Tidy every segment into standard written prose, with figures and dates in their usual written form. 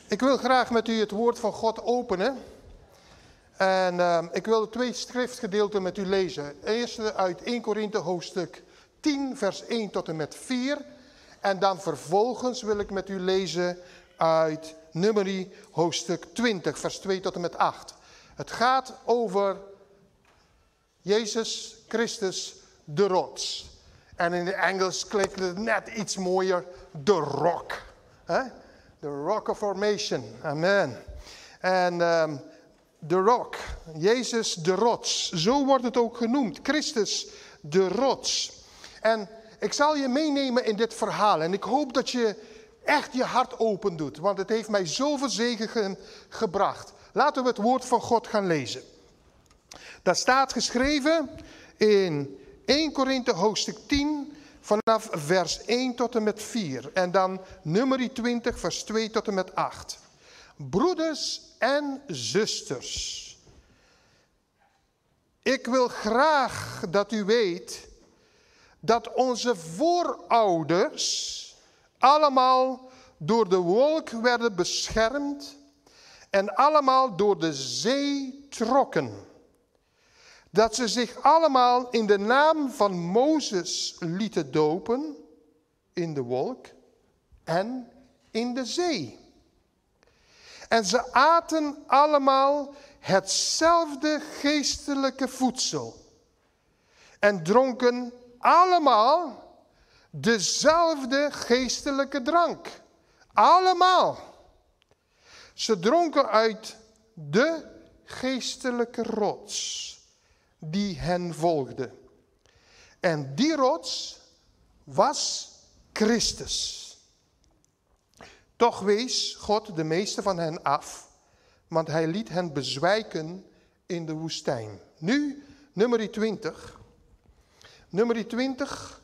Ik wil graag met u het woord van God openen. En ik wil 2 schriftgedeelten met u lezen. Eerst uit 1 Korinthe hoofdstuk 10 vers 1 tot en met 4. En dan vervolgens wil ik met u lezen uit Numeri hoofdstuk 20 vers 2 tot en met 8. Het gaat over Jezus Christus de rots. En in het Engels klinkt het net iets mooier, de rock. De rock of formation, amen. En de rock, Jezus de rots, zo wordt het ook genoemd. Christus de rots. En ik zal je meenemen in dit verhaal. En ik hoop dat je echt je hart open doet. Want het heeft mij zoveel zegen gebracht. Laten we het woord van God gaan lezen. Dat staat geschreven in 1 Korinthe hoofdstuk 10 vanaf vers 1 tot en met 4. En dan Numeri 20 vers 2 tot en met 8. Broeders en zusters. Ik wil graag dat u weet dat onze voorouders allemaal door de wolk werden beschermd en allemaal door de zee trokken. Dat ze zich allemaal in de naam van Mozes lieten dopen in de wolk en in de zee. En ze aten allemaal hetzelfde geestelijke voedsel. En dronken allemaal dezelfde geestelijke drank. Allemaal. Ze dronken uit de geestelijke rots die hen volgde. En die rots was Christus. Toch wees God de meeste van hen af, want hij liet hen bezwijken in de woestijn. Nu, Numeri 20. Numeri 20,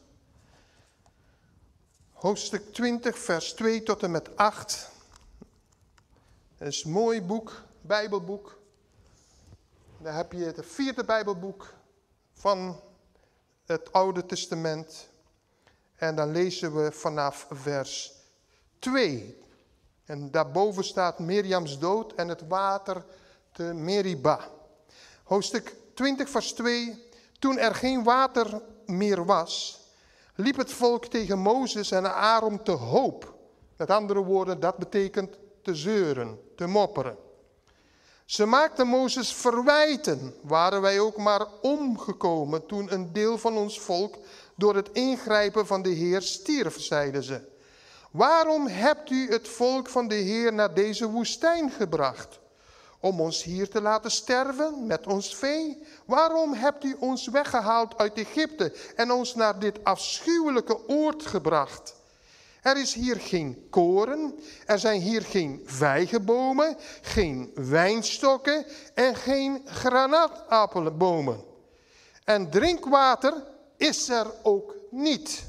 hoofdstuk 20, vers 2 tot en met 8. Dat is een mooi boek, Bijbelboek. Daar heb je het 4e Bijbelboek van het Oude Testament. En dan lezen we vanaf vers 2. En daarboven staat Mirjams dood en het water te Meriba. Hoofdstuk 20 vers 2. Toen er geen water meer was, liep het volk tegen Mozes en Aaron te hoop. Met andere woorden, dat betekent te zeuren, te mopperen. Ze maakten Mozes verwijten, waren wij ook maar omgekomen toen een deel van ons volk door het ingrijpen van de Heer stierf, zeiden ze. Waarom hebt u het volk van de Heer naar deze woestijn gebracht? Om ons hier te laten sterven met ons vee? Waarom hebt u ons weggehaald uit Egypte en ons naar dit afschuwelijke oord gebracht? Er is hier geen koren, er zijn hier geen vijgenbomen, geen wijnstokken en geen granaatappelbomen. En drinkwater is er ook niet.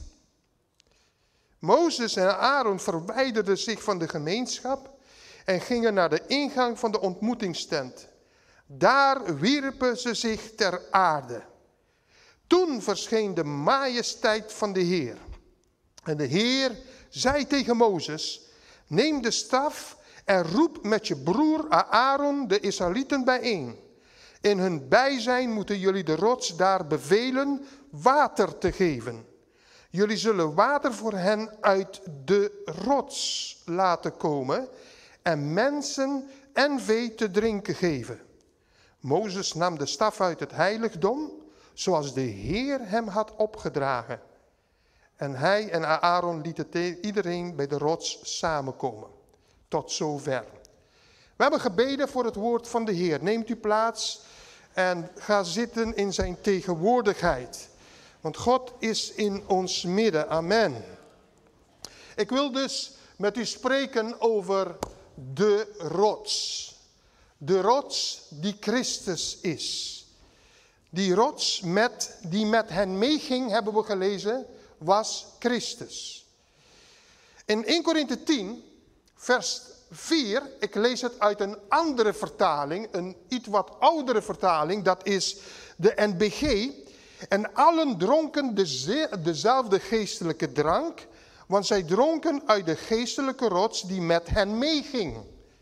Mozes en Aaron verwijderden zich van de gemeenschap en gingen naar de ingang van de ontmoetingstent. Daar wierpen ze zich ter aarde. Toen verscheen de majesteit van de Heer. En de Heer zei tegen Mozes, neem de staf en roep met je broer Aaron de Israëlieten bijeen. In hun bijzijn moeten jullie de rots daar bevelen water te geven. Jullie zullen water voor hen uit de rots laten komen en mensen en vee te drinken geven. Mozes nam de staf uit het heiligdom, zoals de Heer hem had opgedragen. En hij en Aaron lieten iedereen bij de rots samenkomen. Tot zover. We hebben gebeden voor het woord van de Heer. Neemt u plaats en ga zitten in zijn tegenwoordigheid. Want God is in ons midden. Amen. Ik wil dus met u spreken over de rots. De rots die Christus is. Die rots die met hen meeging, hebben we gelezen, was Christus. In 1 Korinthe 10, vers 4, ik lees het uit een andere vertaling, een iets wat oudere vertaling, dat is de NBG. En allen dronken dezelfde geestelijke drank, want zij dronken uit de geestelijke rots die met hen meeging.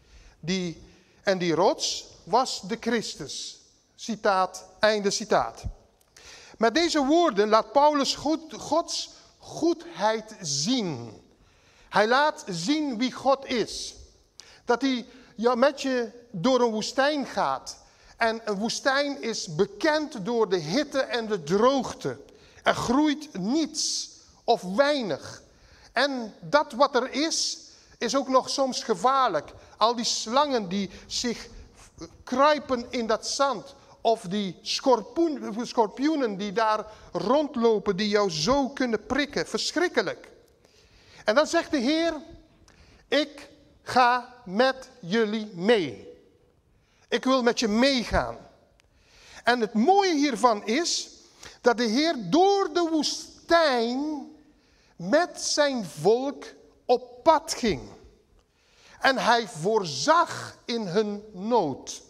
En die rots was de Christus. Citaat, einde citaat. Met deze woorden laat Paulus Gods goedheid zien. Hij laat zien wie God is. Dat hij met je door een woestijn gaat. En een woestijn is bekend door de hitte en de droogte. Er groeit niets of weinig. En dat wat er is ook nog soms gevaarlijk. Al die slangen die zich kruipen in dat zand. Of die schorpioenen die daar rondlopen, die jou zo kunnen prikken. Verschrikkelijk. En dan zegt de Heer, ik ga met jullie mee. Ik wil met je meegaan. En het mooie hiervan is dat de Heer door de woestijn met zijn volk op pad ging. En hij voorzag in hun nood.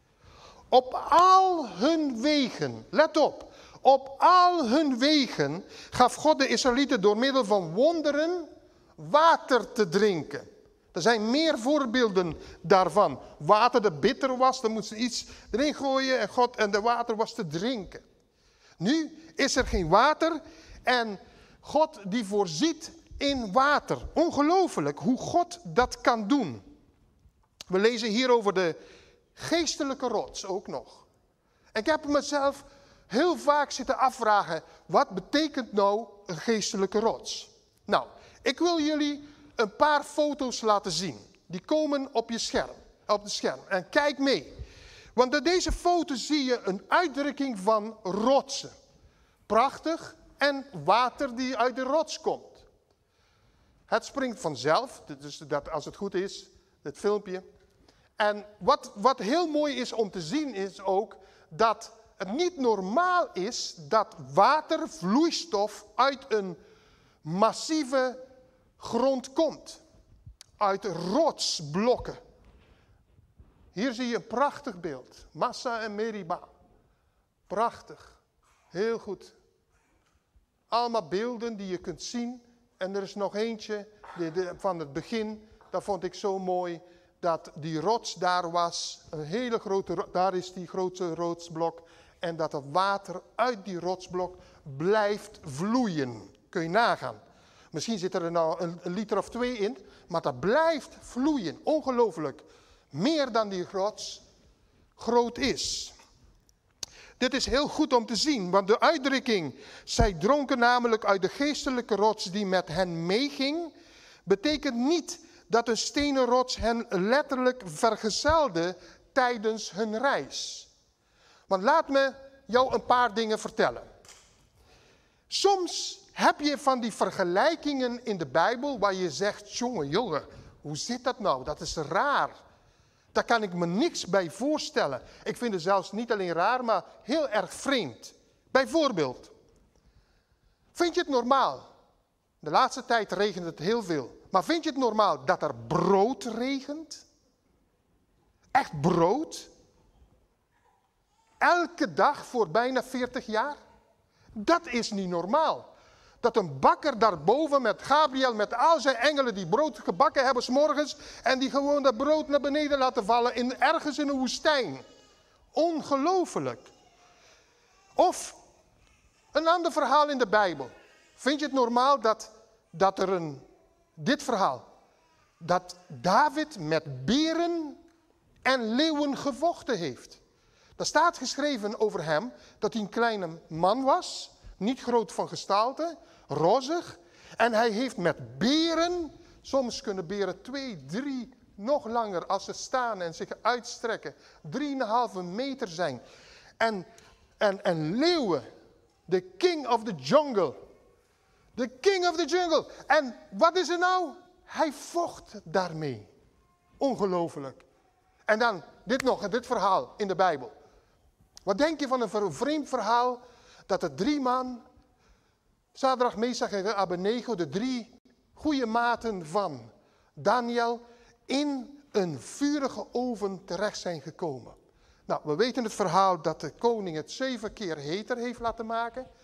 Op al hun wegen, let op al hun wegen gaf God de Israëlieten door middel van wonderen water te drinken. Er zijn meer voorbeelden daarvan. Water dat bitter was, dan moesten ze iets erin gooien en de water was te drinken. Nu is er geen water en God die voorziet in water. Ongelooflijk hoe God dat kan doen. We lezen hier over de geestelijke rots ook nog. En ik heb mezelf heel vaak zitten afvragen, wat betekent nou een geestelijke rots? Nou, ik wil jullie een paar foto's laten zien. Die komen op het scherm. En kijk mee. Want op deze foto zie je een uitdrukking van rotsen. Prachtig en water die uit de rots komt. Het springt vanzelf, dus dat, als het goed is, het filmpje. En wat heel mooi is om te zien is ook dat het niet normaal is dat water, vloeistof uit een massieve grond komt. Uit rotsblokken. Hier zie je een prachtig beeld. Massa en Meriba. Prachtig. Heel goed. Allemaal beelden die je kunt zien. En er is nog eentje van het begin. Dat vond ik zo mooi. Dat die rots daar was. Een hele grote, daar is die grote rotsblok. En dat het water uit die rotsblok blijft vloeien. Kun je nagaan. Misschien zit er nou een liter of 2 in. Maar dat blijft vloeien. Ongelooflijk. Meer dan die rots groot is. Dit is heel goed om te zien. Want de uitdrukking, zij dronken namelijk uit de geestelijke rots die met hen meeging, betekent niet dat een stenen rots hen letterlijk vergezelde tijdens hun reis. Want laat me jou een paar dingen vertellen. Soms heb je van die vergelijkingen in de Bijbel waar je zegt, jongen, hoe zit dat nou? Dat is raar. Daar kan ik me niks bij voorstellen. Ik vind het zelfs niet alleen raar, maar heel erg vreemd. Bijvoorbeeld, vind je het normaal? De laatste tijd regent het heel veel. Maar vind je het normaal dat er brood regent? Echt brood? Elke dag voor bijna 40 jaar? Dat is niet normaal. Dat een bakker daarboven met Gabriel, met al zijn engelen die brood gebakken hebben 's morgens en die gewoon dat brood naar beneden laten vallen ergens in een woestijn. Ongelooflijk. Of een ander verhaal in de Bijbel. Vind je het normaal dat dit verhaal, dat David met beren en leeuwen gevochten heeft? Daar staat geschreven over hem dat hij een kleine man was, niet groot van gestalte, rozig. En hij heeft met beren, soms kunnen beren 2, 3, nog langer als ze staan en zich uitstrekken, 3,5 meter zijn. En leeuwen, the king of the jungle. The king of the jungle. En wat is er nou? Hij vocht daarmee. Ongelooflijk. En dan dit verhaal in de Bijbel. Wat denk je van een vreemd verhaal dat er 3 man, Sadrach, Mesach en Abednego, de 3 goede maten van Daniel, in een vurige oven terecht zijn gekomen. Nou, we weten het verhaal dat de koning het 7 keer heter heeft laten maken.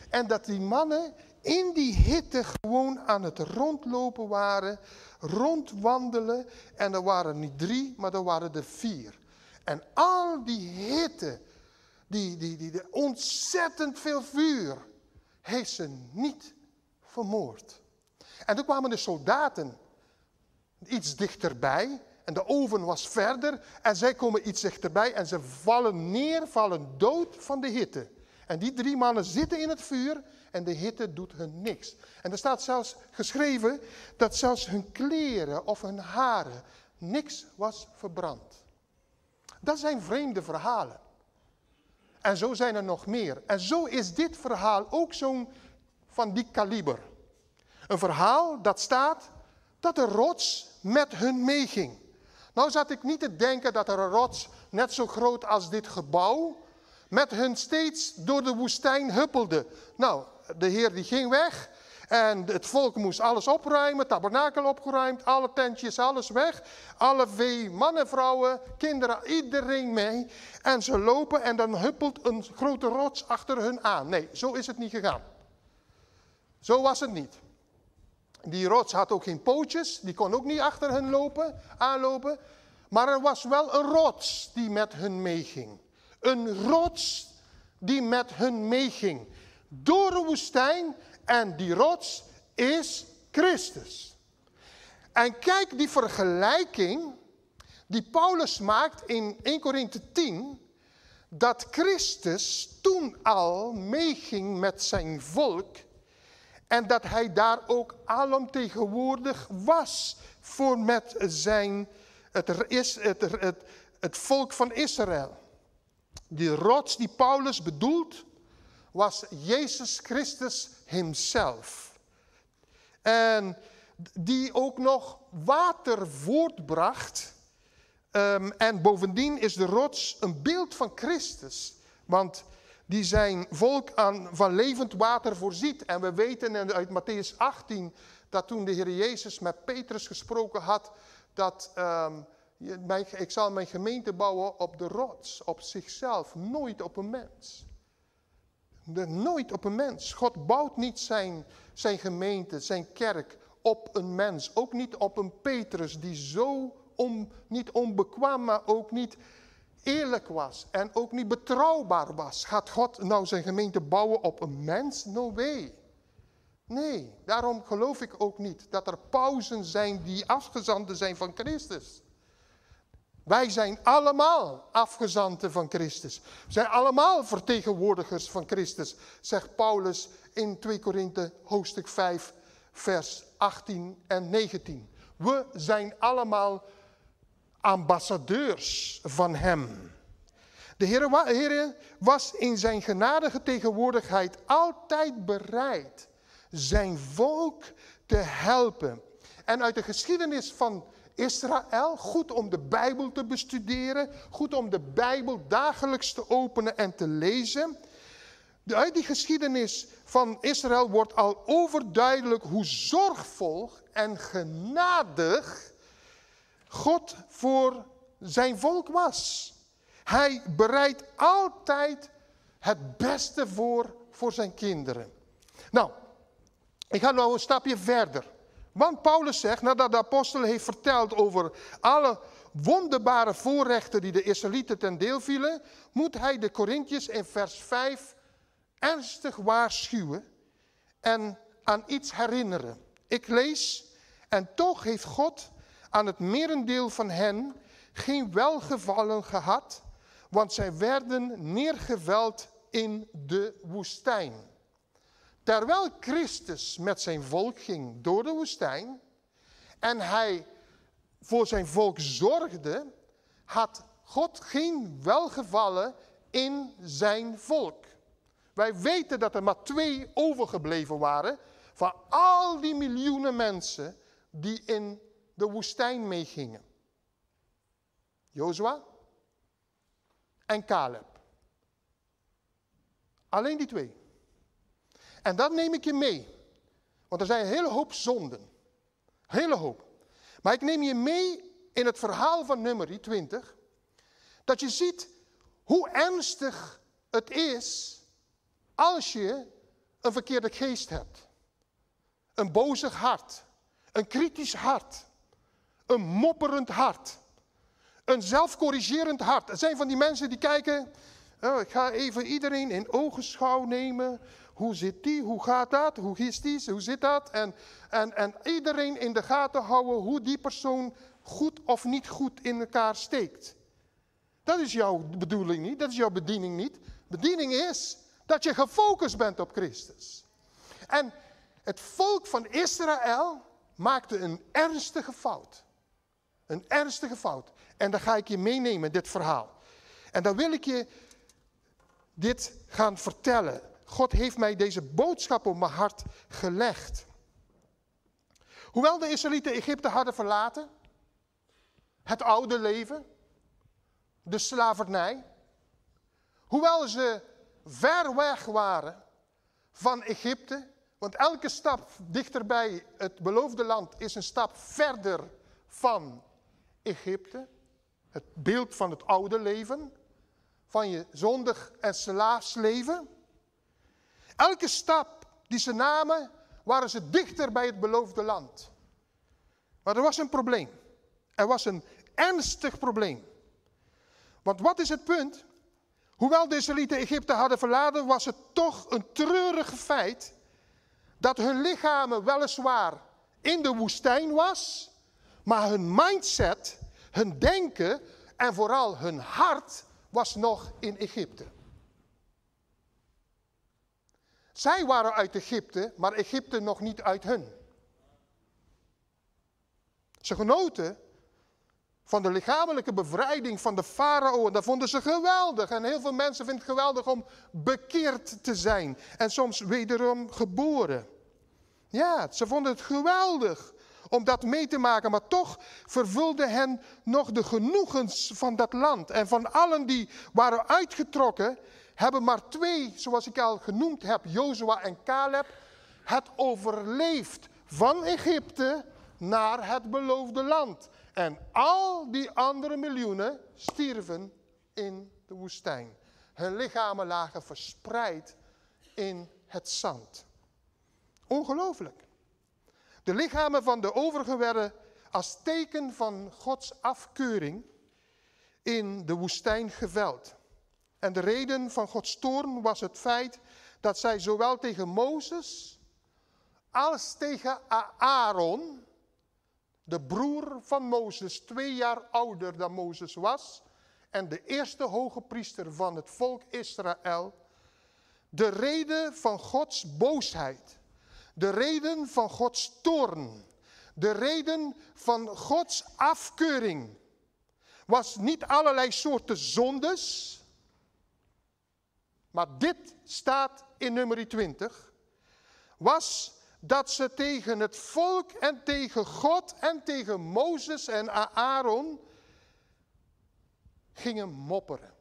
En dat die mannen in die hitte gewoon aan het rondlopen waren, rondwandelen. En er waren niet 3, maar er waren er 4. En al die hitte, die ontzettend veel vuur, heeft ze niet vermoord. En toen kwamen de soldaten iets dichterbij. En de oven was verder. En zij komen iets dichterbij. En ze vallen neer, vallen dood van de hitte. En die 3 mannen zitten in het vuur. En de hitte doet hun niks. En er staat zelfs geschreven dat zelfs hun kleren of hun haren niks was verbrand. Dat zijn vreemde verhalen. En zo zijn er nog meer. En zo is dit verhaal ook zo'n van die kaliber. Een verhaal dat staat dat de rots met hun meeging. Nou zat ik niet te denken dat er een rots net zo groot als dit gebouw met hun steeds door de woestijn huppelde. Nou, de Heer die ging weg en het volk moest alles opruimen, tabernakel opgeruimd, alle tentjes, alles weg. Alle vee, mannen, vrouwen, kinderen, iedereen mee. En ze lopen en dan huppelt een grote rots achter hun aan. Nee, zo is het niet gegaan. Zo was het niet. Die rots had ook geen pootjes, die kon ook niet achter hen aanlopen. Maar er was wel een rots die met hun meeging. Een rots die met hun meeging. Door de woestijn en die rots is Christus. En kijk die vergelijking die Paulus maakt in 1 Korinthe 10. Dat Christus toen al meeging met zijn volk. En dat hij daar ook alomtegenwoordig was voor met het volk van Israël. Die rots die Paulus bedoelt, was Jezus Christus hemzelf. En die ook nog water voortbracht. En bovendien is de rots een beeld van Christus. Want die zijn volk van levend water voorziet. En we weten uit Mattheüs 18 dat toen de Heer Jezus met Petrus gesproken had, dat ik zal mijn gemeente bouwen op de rots, op zichzelf, nooit op een mens. Nooit op een mens. God bouwt niet zijn gemeente, zijn kerk op een mens. Ook niet op een Petrus die zo niet onbekwaam, maar ook niet eerlijk was. En ook niet betrouwbaar was. Gaat God nou zijn gemeente bouwen op een mens? No way. Nee, daarom geloof ik ook niet dat er pausen zijn die afgezanten zijn van Christus. Wij zijn allemaal afgezanten van Christus. We zijn allemaal vertegenwoordigers van Christus, zegt Paulus in 2 Korinthe hoofdstuk 5, vers 18 en 19. We zijn allemaal ambassadeurs van hem. De Heer was in zijn genadige tegenwoordigheid altijd bereid zijn volk te helpen. En uit de geschiedenis van Israël, goed om de Bijbel te bestuderen, goed om de Bijbel dagelijks te openen en te lezen. Uit die geschiedenis van Israël wordt al overduidelijk hoe zorgvol en genadig God voor zijn volk was. Hij bereidt altijd het beste voor zijn kinderen. Nou, ik ga nou een stapje verder. Want Paulus zegt, nadat de apostel heeft verteld over alle wonderbare voorrechten die de Israëlieten ten deel vielen, moet hij de Korinthiërs in vers 5 ernstig waarschuwen en aan iets herinneren. Ik lees, en toch heeft God aan het merendeel van hen geen welgevallen gehad, want zij werden neergeveld in de woestijn. Terwijl Christus met zijn volk ging door de woestijn en hij voor zijn volk zorgde, had God geen welgevallen in zijn volk. Wij weten dat er maar 2 overgebleven waren van al die miljoenen mensen die in de woestijn meegingen. Jozua en Caleb. Alleen die 2. En dat neem ik je mee. Want er zijn een hele hoop zonden. Hele hoop. Maar ik neem je mee in het verhaal van Numeri 20. Dat je ziet hoe ernstig het is als je een verkeerde geest hebt. Een bozig hart. Een kritisch hart. Een mopperend hart. Een zelfcorrigerend hart. Er zijn van die mensen die kijken, oh, ik ga even iedereen in ogenschouw nemen. Hoe zit die? Hoe gaat dat? Hoe is die? Hoe zit dat? En iedereen in de gaten houden hoe die persoon goed of niet goed in elkaar steekt. Dat is jouw bedoeling niet. Dat is jouw bediening niet. Bediening is dat je gefocust bent op Christus. En het volk van Israël maakte een ernstige fout. Een ernstige fout. En dan ga ik je meenemen, dit verhaal. En dan wil ik je dit gaan vertellen. God heeft mij deze boodschap op mijn hart gelegd. Hoewel de Israëlieten Egypte hadden verlaten, het oude leven, de slavernij, hoewel ze ver weg waren van Egypte, want elke stap dichterbij het beloofde land is een stap verder van Egypte. Het beeld van het oude leven, van je zondig en slaafsleven. Elke stap die ze namen, waren ze dichter bij het beloofde land. Maar er was een probleem. Er was een ernstig probleem. Want wat is het punt? Hoewel de Israëlieten Egypte hadden verlaten, was het toch een treurig feit dat hun lichamen weliswaar in de woestijn was, maar hun mindset, hun denken en vooral hun hart was nog in Egypte. Zij waren uit Egypte, maar Egypte nog niet uit hun. Ze genoten van de lichamelijke bevrijding van de farao. En dat vonden ze geweldig. En heel veel mensen vinden het geweldig om bekeerd te zijn. En soms wederom geboren. Ja, ze vonden het geweldig om dat mee te maken. Maar toch vervulde hen nog de genoegens van dat land. En van allen die waren uitgetrokken, hebben maar 2, zoals ik al genoemd heb, Jozua en Caleb, het overleefd van Egypte naar het beloofde land. En al die andere miljoenen stierven in de woestijn. Hun lichamen lagen verspreid in het zand. Ongelooflijk. De lichamen van de overigen werden als teken van Gods afkeuring in de woestijn geveld. En de reden van Gods toorn was het feit dat zij zowel tegen Mozes als tegen Aaron, de broer van Mozes, 2 jaar ouder dan Mozes was, en de eerste hoge priester van het volk Israël, de reden van Gods boosheid, de reden van Gods toorn, de reden van Gods afkeuring, was niet allerlei soorten zondes, maar dit staat in nummer 20, was dat ze tegen het volk en tegen God en tegen Mozes en Aaron gingen mopperen.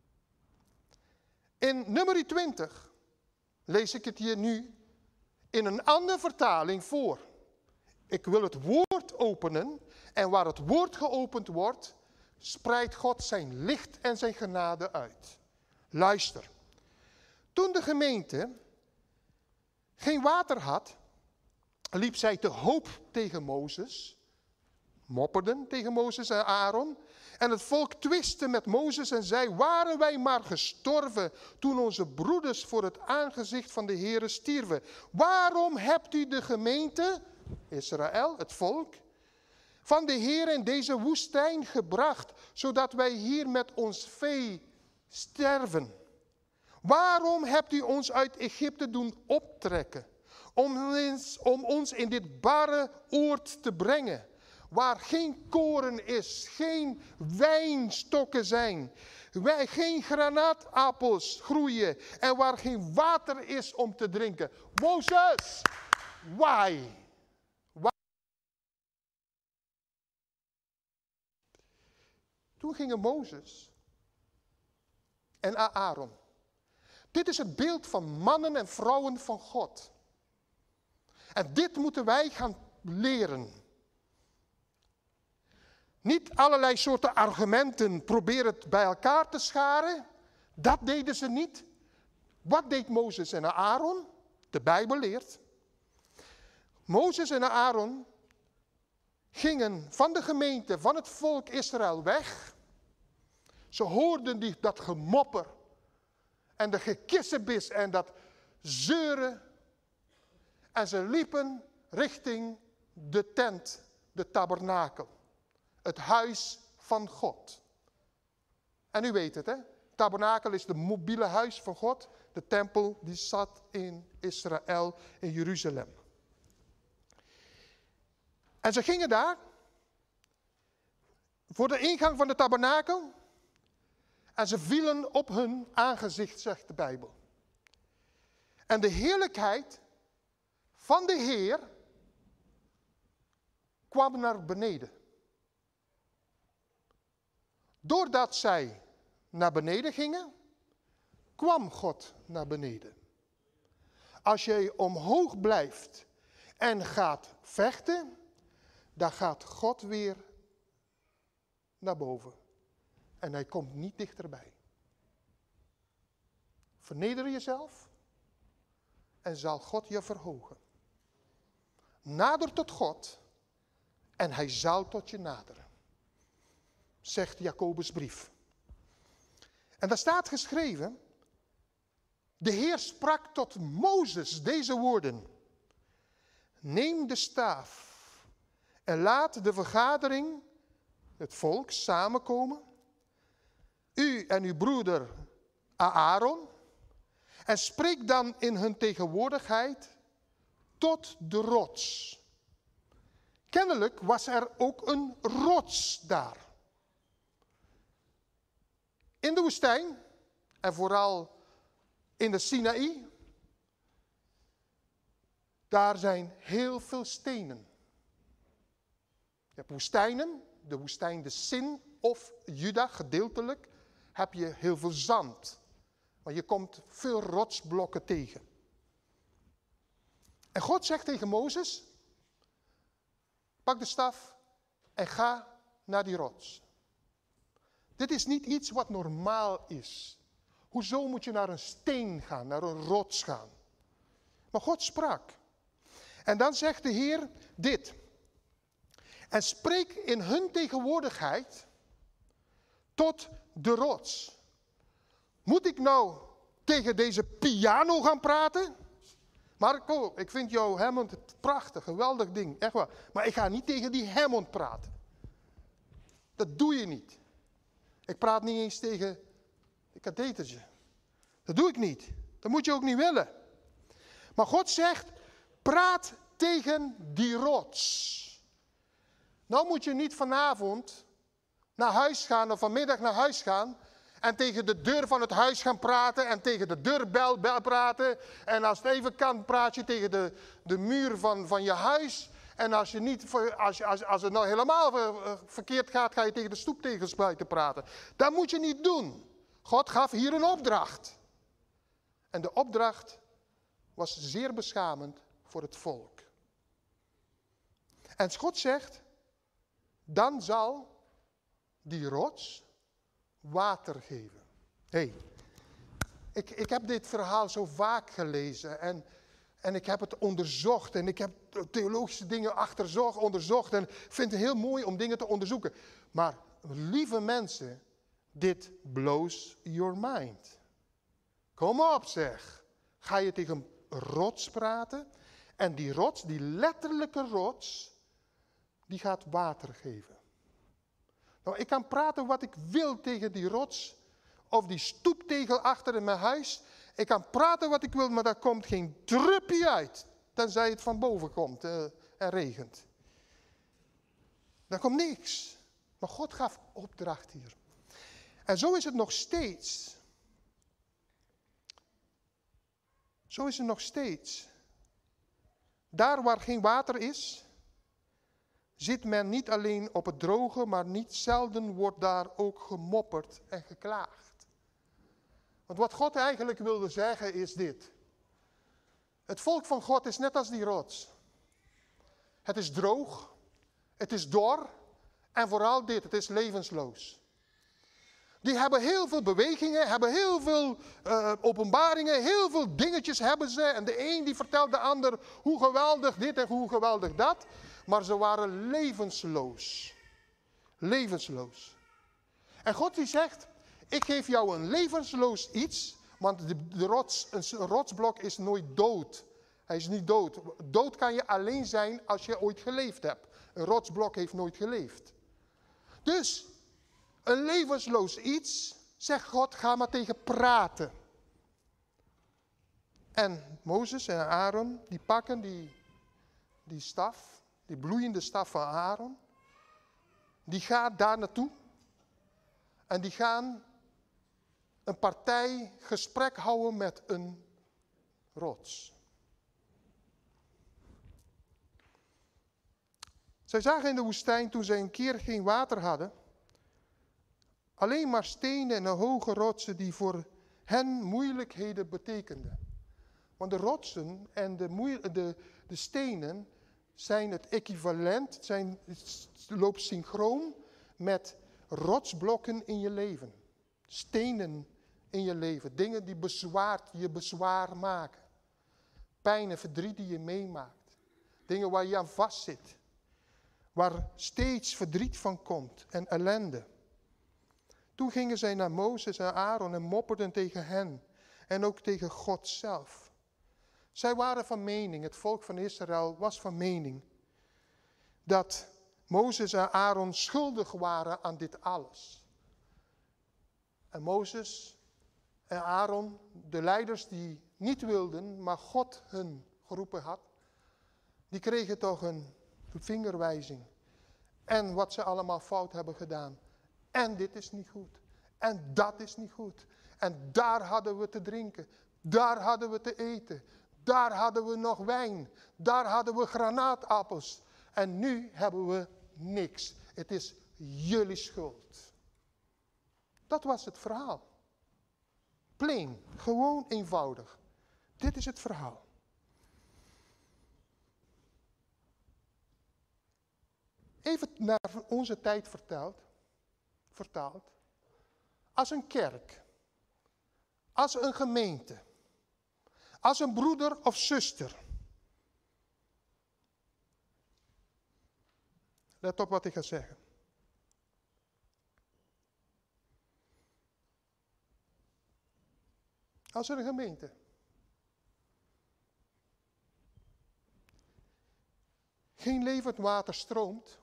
In nummer 20 lees ik het hier nu in een andere vertaling voor. Ik wil het woord openen en waar het woord geopend wordt, spreidt God zijn licht en zijn genade uit. Luister. Toen de gemeente geen water had, liep zij te hoop tegen Mozes, mopperden tegen Mozes en Aaron. En het volk twistte met Mozes en zei, waren wij maar gestorven toen onze broeders voor het aangezicht van de Heere stierven. Waarom hebt u de gemeente, Israël, het volk, van de Heere in deze woestijn gebracht, zodat wij hier met ons vee sterven? Waarom hebt u ons uit Egypte doen optrekken, om ons in dit barre oord te brengen, waar geen koren is, geen wijnstokken zijn, geen granaatappels groeien en waar geen water is om te drinken? Mozes, why? Toen gingen Mozes en Aaron. Dit is het beeld van mannen en vrouwen van God. En dit moeten wij gaan leren. Niet allerlei soorten argumenten proberen het bij elkaar te scharen. Dat deden ze niet. Wat deed Mozes en Aaron? de Bijbel leert. Mozes en Aaron gingen van de gemeente, van het volk Israël weg. Ze hoorden dat gemopper en de gekissebis en dat zeuren. En ze liepen richting de tent, de tabernakel. Het huis van God. En u weet het, hè? Tabernakel is de mobiele huis van God. De tempel die zat in Israël, in Jeruzalem. En ze gingen daar voor de ingang van de tabernakel. En ze vielen op hun aangezicht, zegt de Bijbel. En de heerlijkheid van de Heer kwam naar beneden. Doordat zij naar beneden gingen, kwam God naar beneden. Als jij omhoog blijft en gaat vechten, dan gaat God weer naar boven. En hij komt niet dichterbij. Verneder jezelf en zal God je verhogen. Nader tot God en hij zal tot je naderen. Zegt Jacobus' brief. En daar staat geschreven, de Heer sprak tot Mozes deze woorden. Neem de staaf en laat de vergadering, het volk, samenkomen. U en uw broeder Aaron. En spreek dan in hun tegenwoordigheid tot de rots. Kennelijk was er ook een rots daar. In de woestijn, en vooral in de Sinaï, daar zijn heel veel stenen. Je hebt woestijnen, de woestijn de Sin of Juda gedeeltelijk, heb je heel veel zand. Maar je komt veel rotsblokken tegen. En God zegt tegen Mozes, pak de staf en ga naar die rots. Dit is niet iets wat normaal is. Hoezo moet je naar een steen gaan, naar een rots gaan? Maar God sprak. En dan zegt de Heer dit. En spreek in hun tegenwoordigheid tot de rots. Moet ik nou tegen deze piano gaan praten? Marco, ik vind jouw Hammond prachtig, geweldig ding, echt waar. Maar ik ga niet tegen die Hammond praten. Dat doe je niet. Ik praat niet eens tegen een kathetertje. Dat doe ik niet. Dat moet je ook niet willen. Maar God zegt, praat tegen die rots. Nou moet je niet vanavond naar huis gaan of vanmiddag naar huis gaan en tegen de deur van het huis gaan praten en tegen de deurbel praten. En als het even kan, praat je tegen de muur van je huis. En als het nou helemaal verkeerd gaat, ga je tegen de stoeptegels buiten praten. Dat moet je niet doen. God gaf hier een opdracht. En de opdracht was zeer beschamend voor het volk. En God zegt, dan zal die rots water geven. Ik heb dit verhaal zo vaak gelezen en ik heb het onderzocht en ik heb theologische dingen onderzocht en vind het heel mooi om dingen te onderzoeken. Maar lieve mensen, dit blows your mind. Kom op zeg. Ga je tegen een rots praten en die rots, die letterlijke rots, die gaat water geven. Nou, ik kan praten wat ik wil tegen die rots of die stoeptegel achter in mijn huis. Ik kan praten wat ik wil, maar daar komt geen drupje uit. Tenzij het van boven komt en regent. Daar komt niks. Maar God gaf opdracht hier. En zo is het nog steeds. Zo is het nog steeds. Daar waar geen water is, zit men niet alleen op het droge, maar niet zelden wordt daar ook gemopperd en geklaagd. Want wat God eigenlijk wilde zeggen is dit. Het volk van God is net als die rots. Het is droog, het is dor en vooral dit, het is levensloos. Die hebben heel veel bewegingen, hebben heel veel openbaringen, heel veel dingetjes hebben ze. En de een die vertelt de ander hoe geweldig dit en hoe geweldig dat. Maar ze waren levensloos. Levensloos. En God die zegt, ik geef jou een levensloos iets, want een rotsblok is nooit dood. Hij is niet dood. Dood kan je alleen zijn als je ooit geleefd hebt. Een rotsblok heeft nooit geleefd. Dus, een levensloos iets, zegt God, ga maar tegen praten. En Mozes en Aaron, die pakken die staf, die bloeiende staf van Aaron. Die gaat daar naartoe. En die gaan een partij gesprek houden met een rots. Zij zagen in de woestijn, toen zij een keer geen water hadden, alleen maar stenen en hoge rotsen die voor hen moeilijkheden betekenden. Want de rotsen en de stenen zijn het equivalent, loopt synchroon met rotsblokken in je leven. Stenen in je leven, dingen die je bezwaar maken. Pijn en verdriet die je meemaakt. Dingen waar je aan vastzit. Waar steeds verdriet van komt en ellende. Toen gingen zij naar Mozes en Aaron en mopperden tegen hen. En ook tegen God zelf. Zij waren van mening, het volk van Israël was van mening, dat Mozes en Aaron schuldig waren aan dit alles. En Mozes en Aaron, de leiders die niet wilden, maar God hun geroepen had, die kregen toch een vingerwijzing. En wat ze allemaal fout hebben gedaan. En dit is niet goed. En dat is niet goed. En daar hadden we te drinken. Daar hadden we te eten. Daar hadden we nog wijn. Daar hadden we granaatappels. En nu hebben we niks. Het is jullie schuld. Dat was het verhaal. Plain, gewoon eenvoudig. Dit is het verhaal. Even naar onze tijd vertaald. Als een kerk, als een gemeente, als een broeder of zuster. Let op wat ik ga zeggen. Als er een gemeente geen levend water stroomt,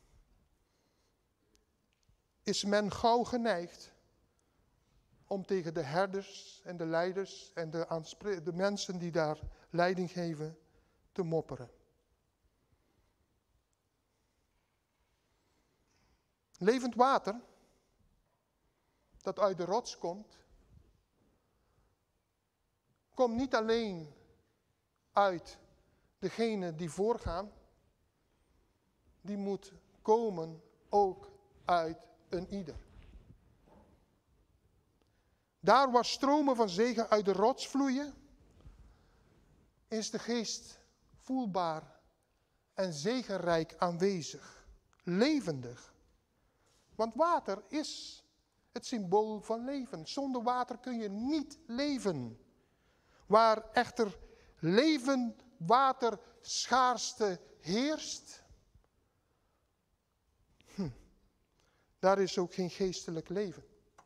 is men gauw geneigd om tegen de herders en de leiders en de mensen die daar leiding geven te mopperen. Levend water dat uit de rots komt niet alleen uit degene die voorgaan, die moet komen ook uit een ieder. Daar waar stromen van zegen uit de rots vloeien, is de geest voelbaar en zegenrijk aanwezig, levendig. Want water is het symbool van leven. Zonder water kun je niet leven. Waar echter levend water schaarste heerst, daar is ook geen geestelijk leven.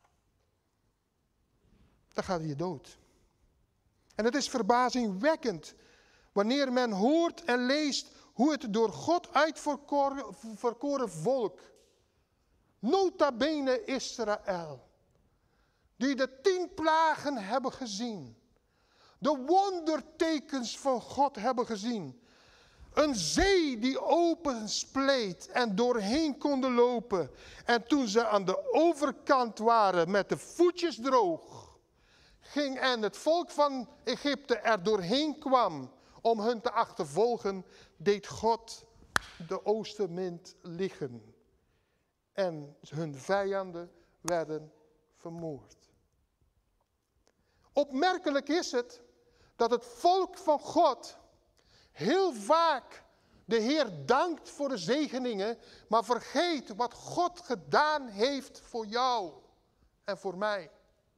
Dan gaat je dood. En het is verbazingwekkend wanneer men hoort en leest hoe het door God uitverkoren volk, nota bene Israël, die de 10 plagen hebben gezien, de wondertekens van God hebben gezien, een zee die openspleet en doorheen konden lopen. En toen ze aan de overkant waren met de voetjes droog, en het volk van Egypte er doorheen kwam om hun te achtervolgen, deed God de oostenwind liggen. En hun vijanden werden vermoord. Opmerkelijk is het dat het volk van God heel vaak de Heer dankt voor de zegeningen, maar vergeet wat God gedaan heeft voor jou en voor mij.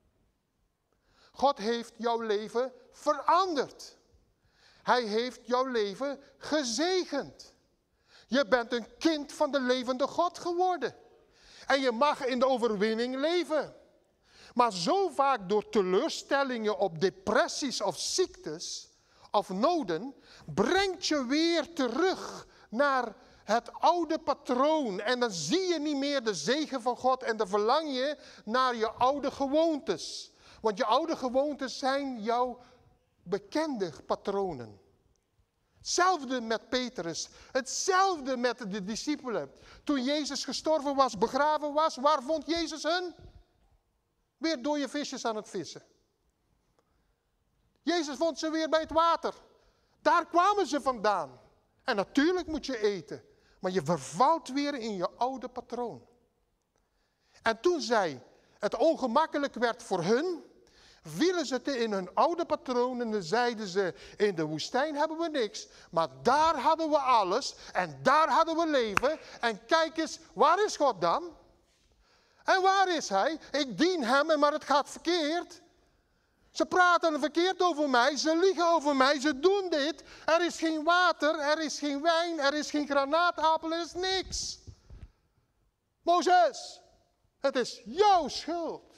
God heeft jouw leven veranderd. Hij heeft jouw leven gezegend. Je bent een kind van de levende God geworden. En je mag in de overwinning leven. Maar zo vaak door teleurstellingen op depressies of ziektes of noden, brengt je weer terug naar het oude patroon. En dan zie je niet meer de zegen van God en dan verlang je naar je oude gewoontes. Want je oude gewoontes zijn jouw bekende patronen. Hetzelfde met Petrus. Hetzelfde met de discipelen. Toen Jezus gestorven was, begraven was, waar vond Jezus hen? Weer dode visjes aan het vissen. Jezus vond ze weer bij het water. Daar kwamen ze vandaan. En natuurlijk moet je eten. Maar je vervalt weer in je oude patroon. En toen het ongemakkelijk werd voor hun, vielen ze in hun oude patroon en dan zeiden ze, in de woestijn hebben we niks, maar daar hadden we alles en daar hadden we leven. En kijk eens, waar is God dan? En waar is Hij? Ik dien Hem, maar het gaat verkeerd. Ze praten verkeerd over mij, ze liegen over mij, ze doen dit. Er is geen water, er is geen wijn, er is geen granaatappel, er is niks. Mozes, het is jouw schuld.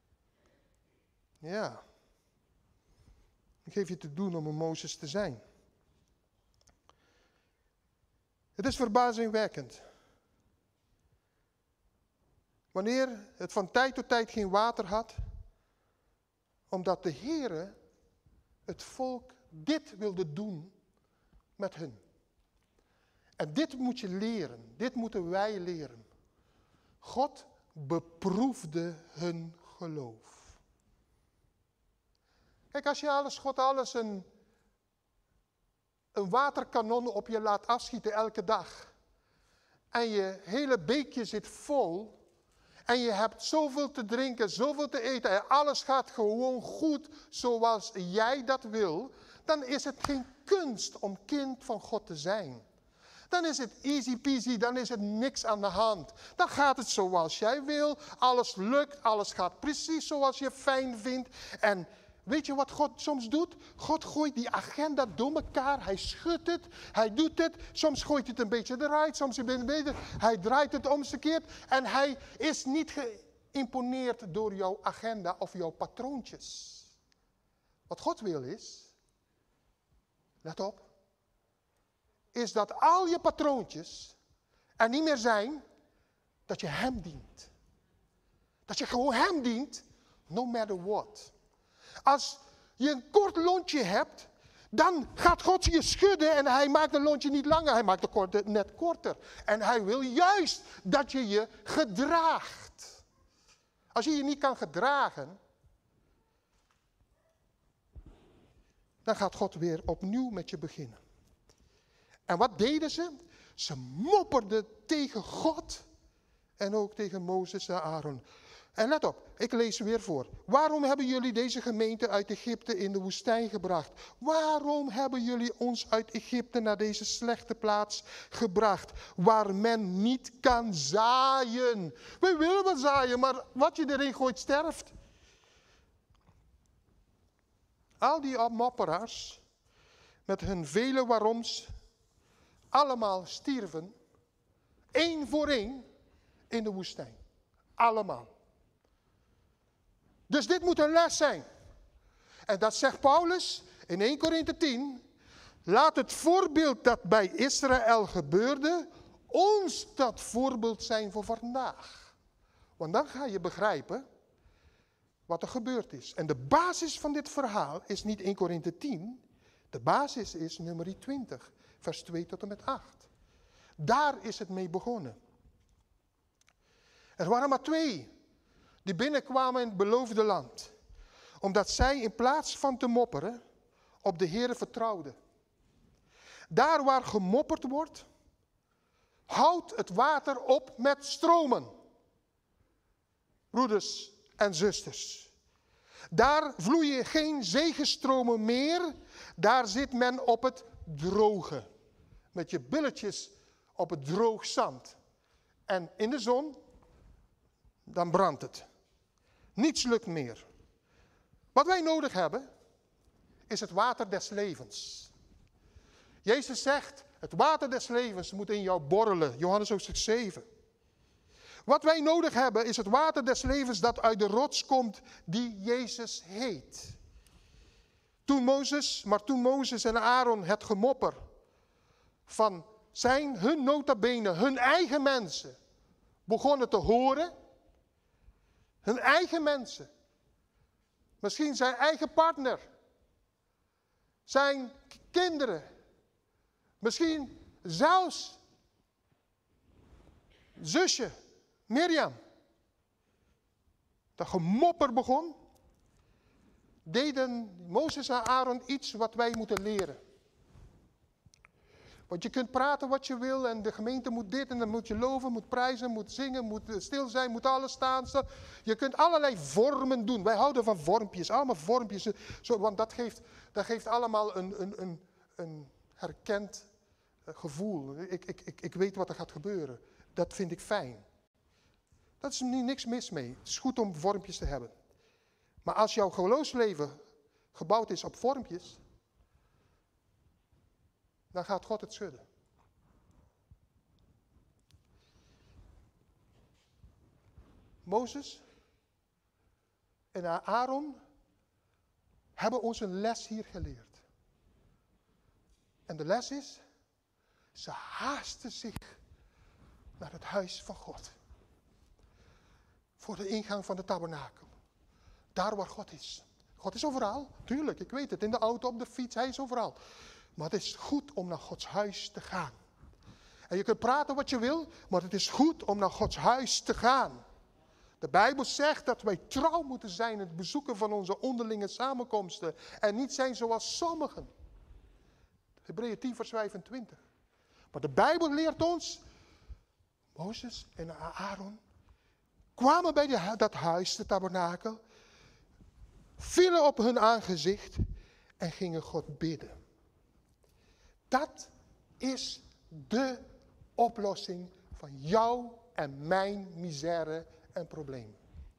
Ja, ik geef je te doen om een Mozes te zijn. Het is verbazingwekkend. Wanneer het van tijd tot tijd geen water had, omdat de Heere het volk dit wilde doen met hun. En dit moet je leren, dit moeten wij leren. God beproefde hun geloof. Kijk, als je God alles een waterkanon op je laat afschieten elke dag. En je hele beekje zit vol. En je hebt zoveel te drinken, zoveel te eten. En alles gaat gewoon goed zoals jij dat wil. Dan is het geen kunst om kind van God te zijn. Dan is het easy peasy, dan is het niks aan de hand. Dan gaat het zoals jij wil. Alles lukt, alles gaat precies zoals je fijn vindt. En weet je wat God soms doet? God gooit die agenda door elkaar. Hij schudt het. Hij doet het. Soms gooit hij het een beetje eruit. Soms een beetje. Hij draait het omgekeerd. En hij is niet geïmponeerd door jouw agenda of jouw patroontjes. Wat God wil is, let op, is dat al je patroontjes er niet meer zijn, dat je Hem dient. Dat je gewoon Hem dient, no matter what. Als je een kort lontje hebt, dan gaat God je schudden en Hij maakt de lontje niet langer, Hij maakt de net korter. En Hij wil juist dat je je gedraagt. Als je je niet kan gedragen, dan gaat God weer opnieuw met je beginnen. En wat deden ze? Ze mopperden tegen God en ook tegen Mozes en Aaron. En let op, ik lees weer voor. Waarom hebben jullie deze gemeente uit Egypte in de woestijn gebracht? Waarom hebben jullie ons uit Egypte naar deze slechte plaats gebracht, waar men niet kan zaaien? We willen wel zaaien, maar wat je erin gooit sterft. Al die mopperaars, met hun vele waaroms, allemaal stierven, één voor één, in de woestijn. Allemaal. Dus dit moet een les zijn. En dat zegt Paulus in 1 Korinthe 10. Laat het voorbeeld dat bij Israël gebeurde, ons dat voorbeeld zijn voor vandaag. Want dan ga je begrijpen wat er gebeurd is. En de basis van dit verhaal is niet 1 Korinthe 10. De basis is nummer 20, vers 2 tot en met 8. Daar is het mee begonnen. Er waren maar 2 die binnenkwamen in het beloofde land. Omdat zij in plaats van te mopperen op de Heere vertrouwden. Daar waar gemopperd wordt, houdt het water op met stromen. Broeders en zusters. Daar vloeien geen zegenstromen meer. Daar zit men op het droge. Met je billetjes op het droog zand. En in de zon, dan brandt het. Niets lukt meer. Wat wij nodig hebben, is het water des levens. Jezus zegt, het water des levens moet in jou borrelen. Johannes hoofdstuk 7. Wat wij nodig hebben, is het water des levens dat uit de rots komt die Jezus heet. Toen Mozes en Aaron het gemopper van hun nota bene, hun eigen mensen, begonnen te horen. Hun eigen mensen. Misschien zijn eigen partner. Zijn kinderen. Misschien zelfs zusje, Mirjam. Dat gemopper begon. Deden Mozes en Aaron iets wat wij moeten leren. Want je kunt praten wat je wil en de gemeente moet dit en dan moet je loven, moet prijzen, moet zingen, moet stil zijn, moet alles staan. Je kunt allerlei vormen doen. Wij houden van vormpjes, allemaal vormpjes. Want dat geeft allemaal een herkend gevoel. Ik weet wat er gaat gebeuren. Dat vind ik fijn. Dat is niks mis mee. Het is goed om vormpjes te hebben. Maar als jouw geloofsleven gebouwd is op vormpjes, dan gaat God het schudden. Mozes en Aaron hebben ons een les hier geleerd. En de les is, ze haasten zich naar het huis van God. Voor de ingang van de tabernakel. Daar waar God is. God is overal, tuurlijk, ik weet het. In de auto, op de fiets, hij is overal. Maar het is goed om naar Gods huis te gaan. En je kunt praten wat je wil, maar het is goed om naar Gods huis te gaan. De Bijbel zegt dat wij trouw moeten zijn in het bezoeken van onze onderlinge samenkomsten. En niet zijn zoals sommigen. Hebreeën 10 vers 25. Maar de Bijbel leert ons, Mozes en Aaron kwamen bij dat huis, de tabernakel, vielen op hun aangezicht en gingen God bidden. Dat is de oplossing van jouw en mijn misère en problemen.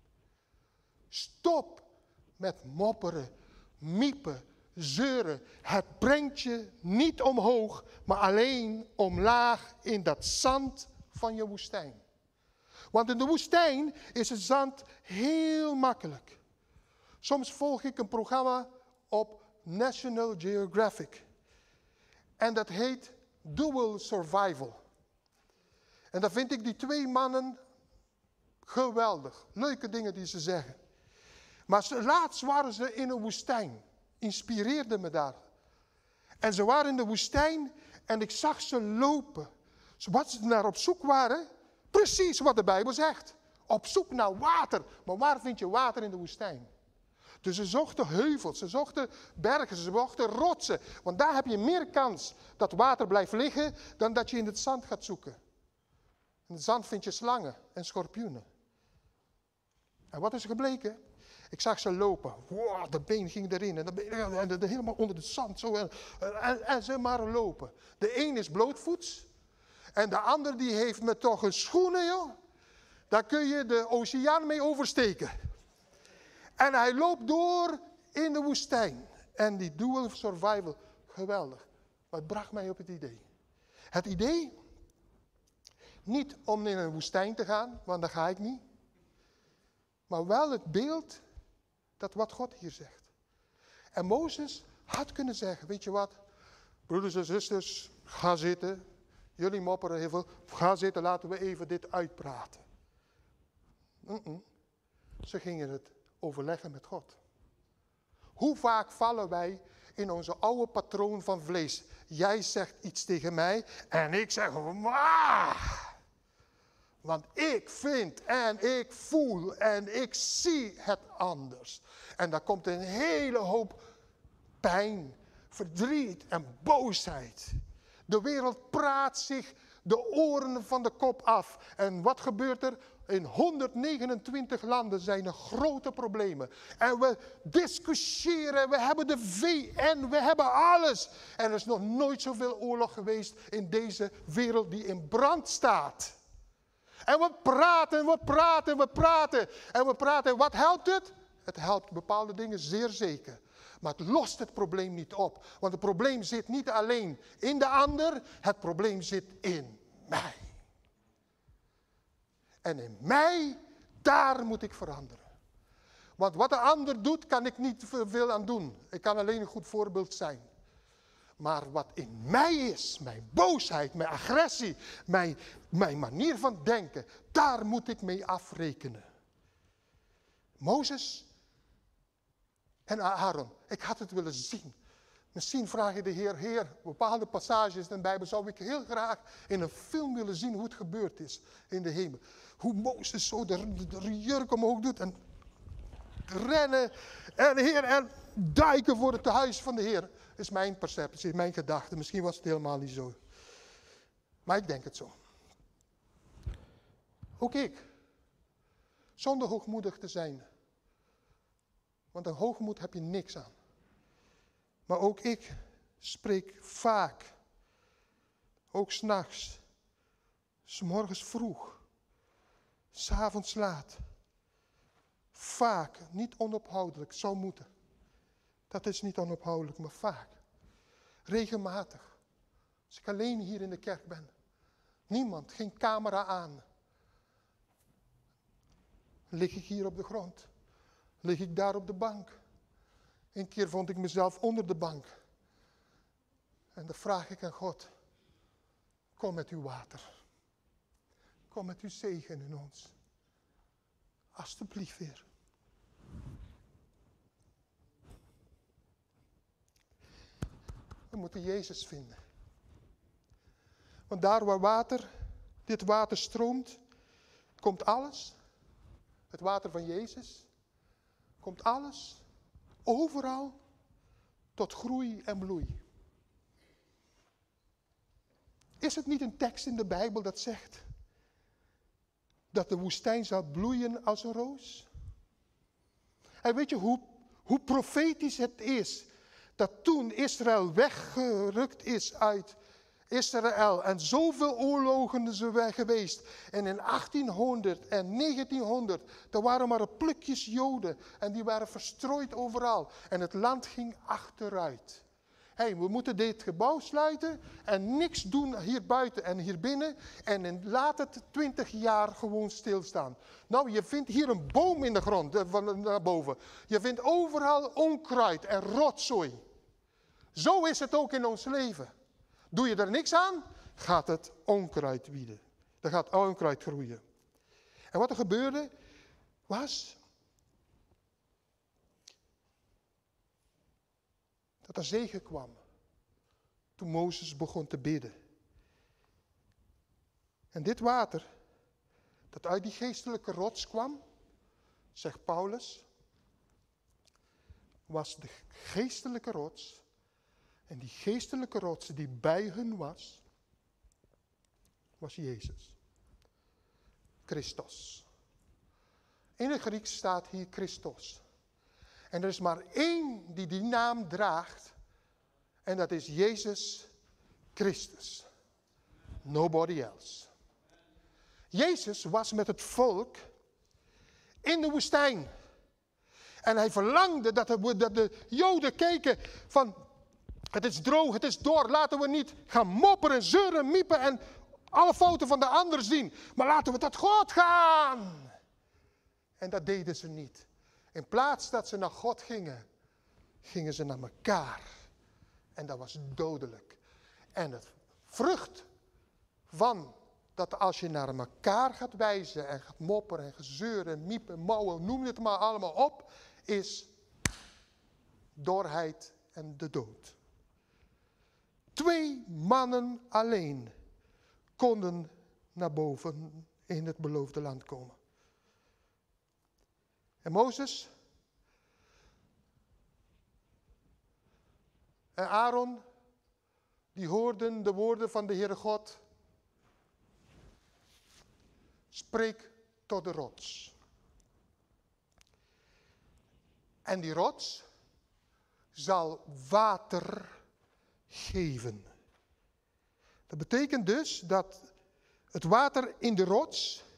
Stop met mopperen, miepen, zeuren. Het brengt je niet omhoog, maar alleen omlaag in dat zand van je woestijn. Want in de woestijn is het zand heel makkelijk. Soms volg ik een programma op National Geographic. En dat heet Dual Survival. En dan vind ik die twee mannen geweldig. Leuke dingen die ze zeggen. Maar laatst waren ze in een woestijn. Inspireerde me daar. En ze waren in de woestijn en ik zag ze lopen. Wat ze naar op zoek waren, precies wat de Bijbel zegt. Op zoek naar water. Maar waar vind je water in de woestijn? Dus ze zochten heuvels, ze zochten bergen, ze zochten rotsen. Want daar heb je meer kans dat water blijft liggen dan dat je in het zand gaat zoeken. In het zand vind je slangen en schorpioenen. En wat is er gebleken? Ik zag ze lopen. Wow, de been ging erin en helemaal onder het zand. Zo, en ze maar lopen. De een is blootvoets en de ander die heeft met toch een schoenen, joh. Daar kun je de oceaan mee oversteken. En hij loopt door in de woestijn. En die dual survival, geweldig. Maar het bracht mij op het idee. Het idee, niet om in een woestijn te gaan, want daar ga ik niet. Maar wel het beeld, dat wat God hier zegt. En Mozes had kunnen zeggen, weet je wat, broeders en zusters, ga zitten. Jullie mopperen heel veel, ga zitten, laten we even dit uitpraten. Ze gingen het overleggen met God. Hoe vaak vallen wij in onze oude patroon van vlees? Jij zegt iets tegen mij en ik zeg, wauw. Want ik vind en ik voel en ik zie het anders. En daar komt een hele hoop pijn, verdriet en boosheid. De wereld praat zich de oren van de kop af. En wat gebeurt er? In 129 landen zijn er grote problemen. En we discussiëren, we hebben de VN, we hebben alles. En er is nog nooit zoveel oorlog geweest in deze wereld die in brand staat. En we praten, we praten, we praten. En we praten. Wat helpt het? Het helpt bepaalde dingen zeer zeker. Maar het lost het probleem niet op. Want het probleem zit niet alleen in de ander. Het probleem zit in mij. En in mij, daar moet ik veranderen. Want wat de ander doet, kan ik niet veel aan doen. Ik kan alleen een goed voorbeeld zijn. Maar wat in mij is, mijn boosheid, mijn agressie, mijn manier van denken, daar moet ik mee afrekenen. Mozes en Aaron, ik had het willen zien. Misschien vraag je de Heer, bepaalde passages in de Bijbel zou ik heel graag in een film willen zien hoe het gebeurd is in de hemel. Hoe Mozes zo de jurk omhoog doet en rennen en duiken voor het huis van de Heer. Is mijn perceptie, mijn gedachte. Misschien was het helemaal niet zo. Maar ik denk het zo. Ook ik. Zonder hoogmoedig te zijn. Want een hoogmoed heb je niks aan. Maar ook ik spreek vaak. Ook 's nachts. 's morgens vroeg. 's avonds laat. Vaak, niet onophoudelijk, zou moeten. Dat is niet onophoudelijk, maar vaak. Regelmatig. Als ik alleen hier in de kerk ben. Niemand, geen camera aan. Lig ik hier op de grond. Lig ik daar op de bank. Een keer vond ik mezelf onder de bank. En dan vraag ik aan God. Kom met uw water. Kom met uw zegen in ons. Alsjeblieft, Heer. We moeten Jezus vinden. Want daar waar dit water stroomt, komt alles. Het water van Jezus. Komt alles. Overal. Tot groei en bloei. Is het niet een tekst in de Bijbel dat zegt dat de woestijn zal bloeien als een roos? En weet je hoe profetisch het is dat toen Israël weggerukt is uit Israël en zoveel oorlogen zijn geweest. En in 1800 en 1900, er waren maar plukjes Joden en die waren verstrooid overal. En het land ging achteruit. We moeten dit gebouw sluiten en niks doen hier buiten en hier binnen. En laat het 20 jaar gewoon stilstaan. Nou, je vindt hier een boom in de grond, van naar boven. Je vindt overal onkruid en rotzooi. Zo is het ook in ons leven. Doe je er niks aan, gaat het onkruid wieden. Er gaat onkruid groeien. En wat er gebeurde, was dat er zegen kwam. Toen Mozes begon te bidden. En dit water, dat uit die geestelijke rots kwam, zegt Paulus, was de geestelijke rots. En die geestelijke rots die bij hun was Jezus. Christos. In het Grieks staat hier Christos. En er is maar één die die naam draagt. En dat is Jezus Christus. Nobody else. Jezus was met het volk in de woestijn. En hij verlangde dat de Joden keken van, het is droog, het is dor, laten we niet gaan mopperen, zeuren, miepen en alle fouten van de ander zien. Maar laten we tot God gaan. En dat deden ze niet. In plaats dat ze naar God gingen, gingen ze naar elkaar. En dat was dodelijk. En het vrucht van dat als je naar elkaar gaat wijzen en gaat mopperen en gezeuren, miepen, mouwen, noem het maar allemaal op, is dorheid en de dood. 2 mannen alleen konden naar boven in het beloofde land komen. En Mozes en Aaron, die hoorden de woorden van de Heere God. Spreek tot de rots. En die rots zal water geven. Dat betekent dus dat het water in de rots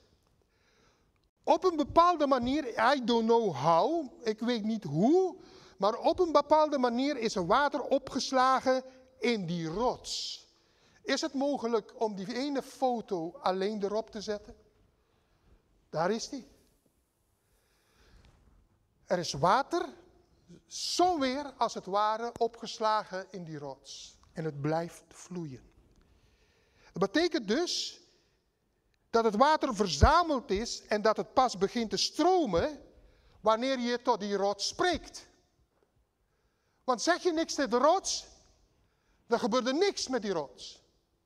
Op een bepaalde manier, I don't know how, ik weet niet hoe, maar op een bepaalde manier is er water opgeslagen in die rots. Is het mogelijk om die ene foto alleen erop te zetten? Daar is die. Er is water, zo weer als het ware, opgeslagen in die rots. En het blijft vloeien. Dat betekent dus dat het water verzameld is en dat het pas begint te stromen wanneer je tot die rots spreekt. Want zeg je niks tegen de rots, dan gebeurt er niks met die rots.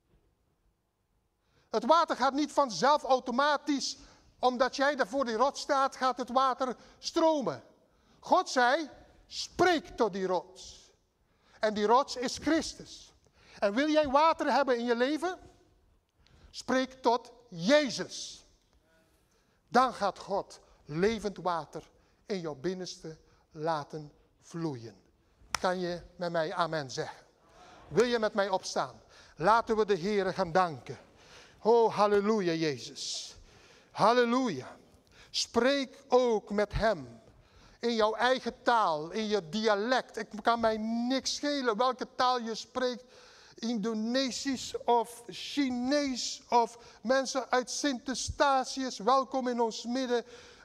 Het water gaat niet vanzelf automatisch, omdat jij daar voor die rots staat, gaat het water stromen. God zei, spreek tot die rots. En die rots is Christus. En wil jij water hebben in je leven? Spreek tot Jezus. Dan gaat God levend water in jouw binnenste laten vloeien. Kan je met mij amen zeggen? Wil je met mij opstaan? Laten we de Heere gaan danken. Oh, halleluja, Jezus. Halleluja. Spreek ook met hem. In jouw eigen taal, in je dialect. Het kan mij niks schelen welke taal je spreekt. Indonesisch of Chinees of mensen uit Sint-Eustatius. Welkom in ons midden.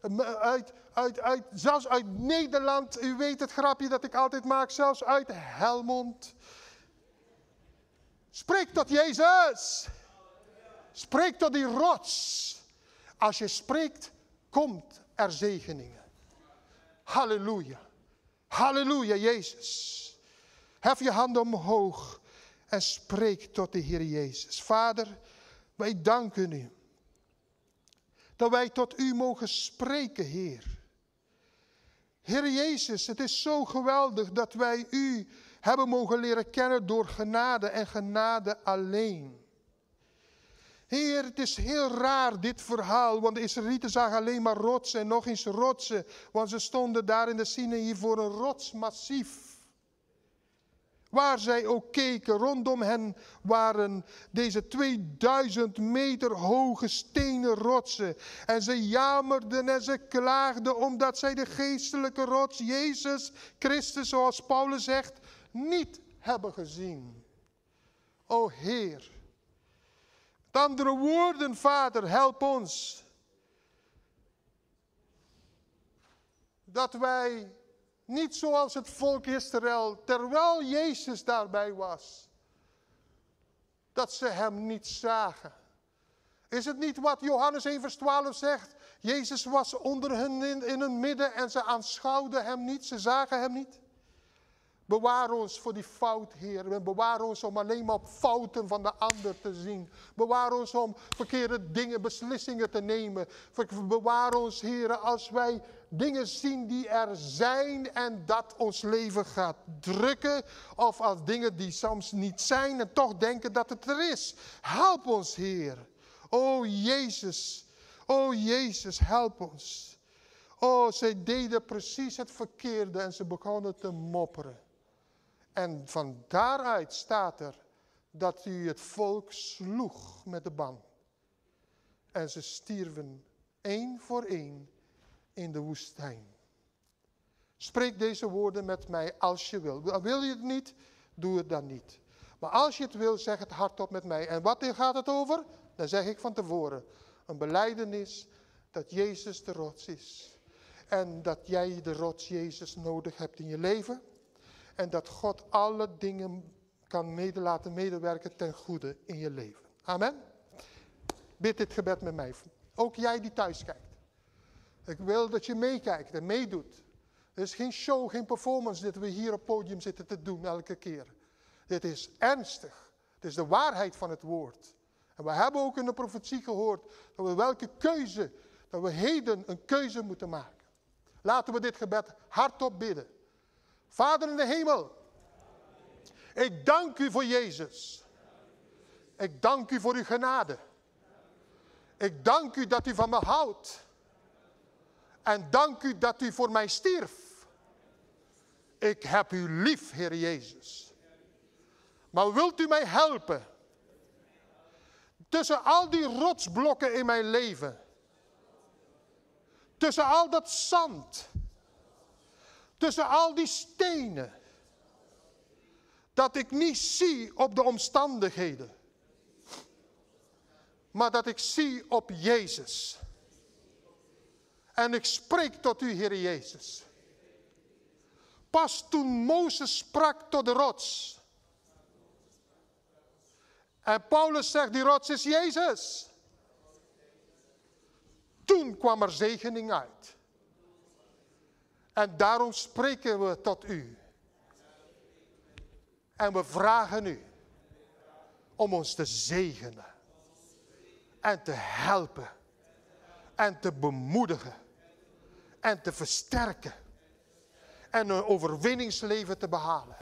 Zelfs uit Nederland. U weet het grapje dat ik altijd maak. Zelfs uit Helmond. Spreek tot Jezus. Spreek tot die rots. Als je spreekt, komt er zegeningen. Halleluja. Halleluja, Jezus. Hef je handen omhoog en spreek tot de Heer Jezus. Vader, wij danken u. Dat wij tot u mogen spreken, Heer. Heer Jezus, het is zo geweldig dat wij u hebben mogen leren kennen door genade en genade alleen. Heer, het is heel raar dit verhaal, want de Israëlieten zagen alleen maar rotsen en nog eens rotsen. Want ze stonden daar in de Sinaï voor een rotsmassief. Waar zij ook keken, rondom hen waren deze 2000 meter hoge stenen rotsen. En ze jamerden en ze klaagden omdat zij de geestelijke rots, Jezus Christus, zoals Paulus zegt, niet hebben gezien. O Heer. Met andere woorden, Vader, help ons. Dat wij niet zoals het volk Israël, terwijl Jezus daarbij was, dat ze hem niet zagen. Is het niet wat Johannes 1 vers 12 zegt? Jezus was onder hen in hun midden en ze aanschouwden hem niet, ze zagen hem niet. Bewaar ons voor die fout, Heer. En bewaar ons om alleen maar op fouten van de ander te zien. Bewaar ons om verkeerde dingen, beslissingen te nemen. Bewaar ons, Heer, als wij dingen zien die er zijn en dat ons leven gaat drukken. Of als dingen die soms niet zijn en toch denken dat het er is. Help ons, Heer. O Jezus, help ons. Oh, zij deden precies het verkeerde en ze begonnen te mopperen. En van daaruit staat er dat u het volk sloeg met de ban. En ze stierven één voor één in de woestijn. Spreek deze woorden met mij als je wil. Wil je het niet, doe het dan niet. Maar als je het wil, zeg het hardop met mij. En wat gaat het over? Dan zeg ik van tevoren. Een belijdenis dat Jezus de rots is. En dat jij de rots Jezus nodig hebt in je leven. En dat God alle dingen kan laten medewerken ten goede in je leven. Amen. Bid dit gebed met mij. Ook jij die thuis kijkt. Ik wil dat je meekijkt en meedoet. Er is geen show, geen performance dat we hier op het podium zitten te doen elke keer. Dit is ernstig. Het is de waarheid van het woord. En we hebben ook in de profetie gehoord dat we dat we heden een keuze moeten maken. Laten we dit gebed hardop bidden. Vader in de hemel, ik dank u voor Jezus. Ik dank u voor uw genade. Ik dank u dat u van me houdt. En dank u dat u voor mij stierf. Ik heb u lief, Heer Jezus. Maar wilt u mij helpen? Tussen al die rotsblokken in mijn leven. Tussen al dat zand. Tussen al die stenen. Dat ik niet zie op de omstandigheden. Maar dat ik zie op Jezus. En ik spreek tot u, Heer Jezus. Pas toen Mozes sprak tot de rots. En Paulus zegt, die rots is Jezus. Toen kwam er zegening uit. En daarom spreken we tot u. En we vragen u om ons te zegenen. En te helpen. En te bemoedigen. En te versterken. En een overwinningsleven te behalen.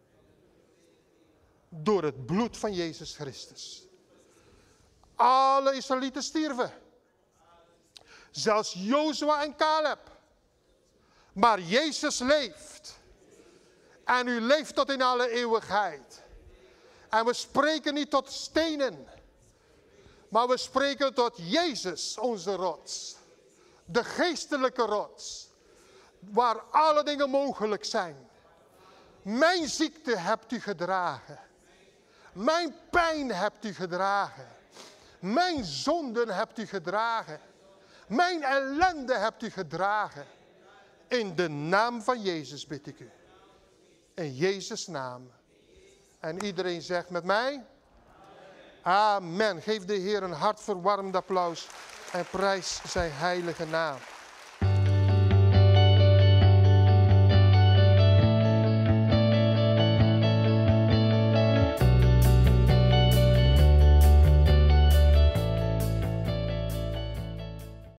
Door het bloed van Jezus Christus. Alle Israëlieten stierven. Zelfs Jozua en Caleb. Maar Jezus leeft. En u leeft tot in alle eeuwigheid. En we spreken niet tot stenen. Maar we spreken tot Jezus, onze rots. De geestelijke rots. Waar alle dingen mogelijk zijn. Mijn ziekte hebt u gedragen. Mijn pijn hebt u gedragen. Mijn zonden hebt u gedragen. Mijn ellende hebt u gedragen. In de naam van Jezus bid ik u. In Jezus' naam. En iedereen zegt met mij. Amen. Geef de Heer een hartverwarmend applaus. En prijs zijn heilige naam.